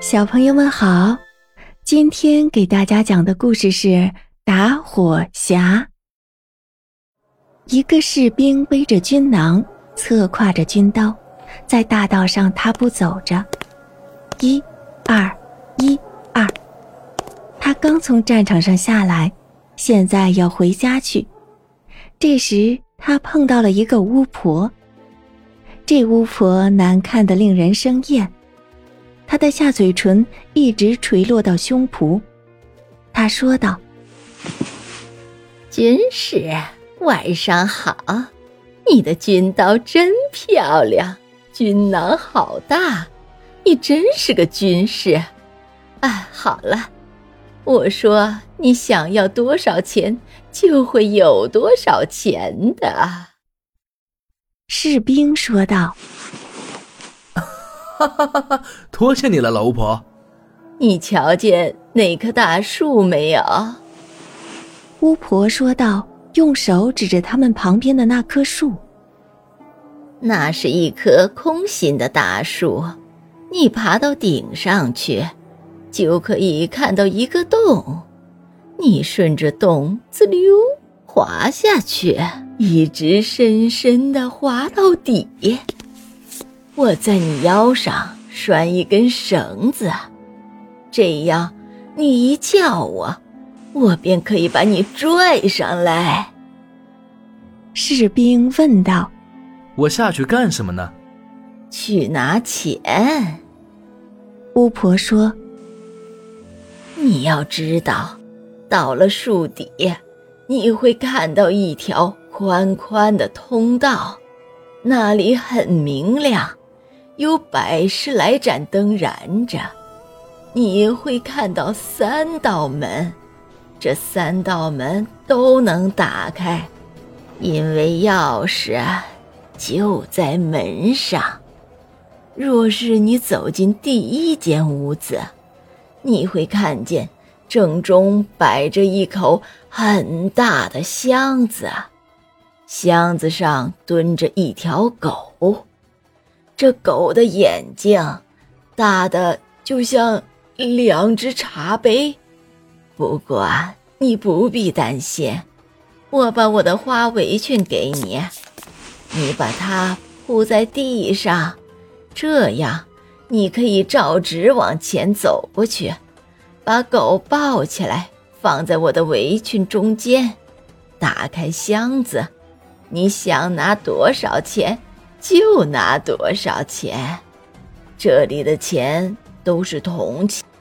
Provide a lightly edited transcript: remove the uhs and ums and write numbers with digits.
小朋友们好，今天给大家讲的故事是打火匣。一个士兵背着军囊，侧挎着军刀，在大道上踏步走着。1、2、1、2。他刚从战场上下来，现在要回家去。这时他碰到了一个巫婆。这巫婆难看得令人生厌，她的下嘴唇一直垂落到胸脯。她说道： 军士，晚上好，你的军刀真漂亮，军囊好大，你真是个军士。好了，我说你想要多少钱就会有多少钱的。 士兵说道： 哈哈哈哈，多谢你了，老巫婆。 你瞧见那棵大树没有？ 巫婆说道，用手指着他们旁边的那棵树。 那是一棵空心的大树，你爬到顶上去，就可以看到一个洞。你顺着洞滋溜滑下去，一直深深地滑到底。我在你腰上拴一根绳子，这样你一叫我，我便可以把你拽上来。 士兵问道： 我下去干什么呢？ 去拿钱。 巫婆说： 你要知道，到了树底，你会看到一条宽宽的通道，那里很明亮，有100来盏灯燃着。你会看到3道门，这3道门都能打开，因为钥匙就在门上。若是你走进第1间屋子，你会看见正中摆着一口很大的箱子，箱子上蹲着一条狗，这狗的眼睛大的就像2只茶杯。不过你不必担心，我把我的花围裙给你，你把它铺在地上，这样你可以照直往前走过去，把狗抱起来，放在我的围裙中间，打开箱子，你想拿多少钱就拿多少钱，这里的钱都是铜钱。